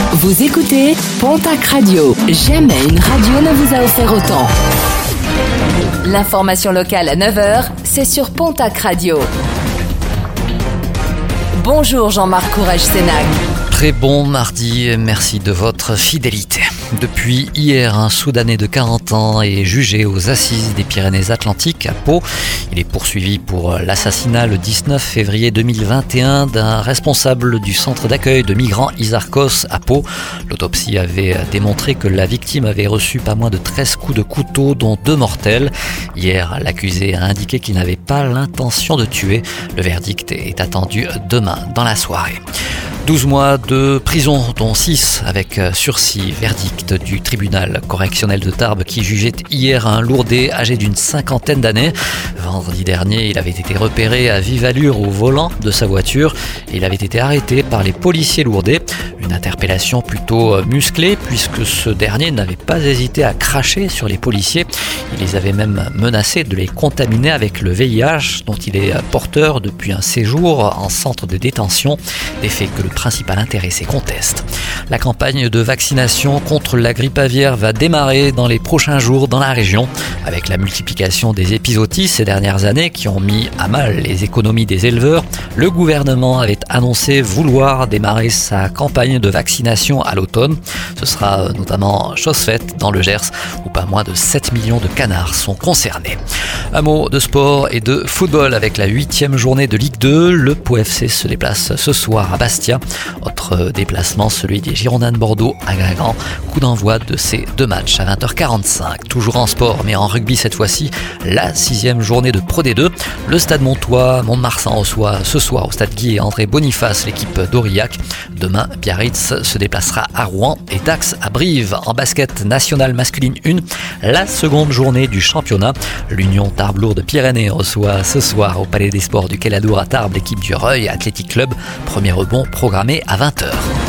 Vous écoutez Pontac Radio. Jamais une radio ne vous a offert autant. L'information locale à 9h, c'est sur Pontac Radio. Bonjour Jean-Marc Courage-Sénac. Très bon mardi, merci de votre fidélité. Depuis hier, un Soudanais de 40 ans est jugé aux assises des Pyrénées-Atlantiques à Pau. Il est poursuivi pour l'assassinat le 19 février 2021 d'un responsable du centre d'accueil de migrants Isarcos à Pau. L'autopsie avait démontré que la victime avait reçu pas moins de 13 coups de couteau, dont 2 mortels. Hier, l'accusé a indiqué qu'il n'avait pas l'intention de tuer. Le verdict est attendu demain dans la soirée. 12 mois de prison, dont 6 avec sursis. Verdict du tribunal correctionnel de Tarbes qui jugeait hier un Lourdais âgé d'une 50aine d'années. Vendredi dernier, il avait été repéré à vive allure au volant de sa voiture et il avait été arrêté par les policiers lourdais. Une interpellation plutôt musclée puisque ce dernier n'avait pas hésité à cracher sur les policiers. Il les avait même menacés de les contaminer avec le VIH dont il est porteur depuis un séjour en centre de détention, des faits que le principal intéressé conteste. La campagne de vaccination contre la grippe aviaire va démarrer dans les prochains jours dans la région. Avec la multiplication des épizooties ces dernières années qui ont mis à mal les économies des éleveurs, le gouvernement avait annoncé vouloir démarrer sa campagne de vaccination à l'automne. Ce sera notamment chose faite dans le Gers où pas moins de 7 millions de canards sont concernés. Un mot de sport et de football avec la 8e journée de Ligue 2. Le Pau FC se déplace ce soir à Bastia. Autre déplacement, celui des Girondins de Bordeaux à Guingamp. Coup d'envoi de ces 2 matchs à 20h45. Toujours en sport, mais en rugby cette fois-ci, la 6e journée de Pro D2. Le Stade Montois, Mont-de-Marsan reçoit ce soir au Stade Guy et André Boniface l'équipe d'Aurillac. Demain, Biarritz se déplacera à Rouen et Dax à Brive. En basket national masculine 1, la seconde journée du championnat. L'Union Tarbes-Lourdes-Pyrénées reçoit ce soir au Palais des Sports du Quai Ladour à Tarbes l'équipe du Reuil Athletic Club. Premier rebond programmé à 20h.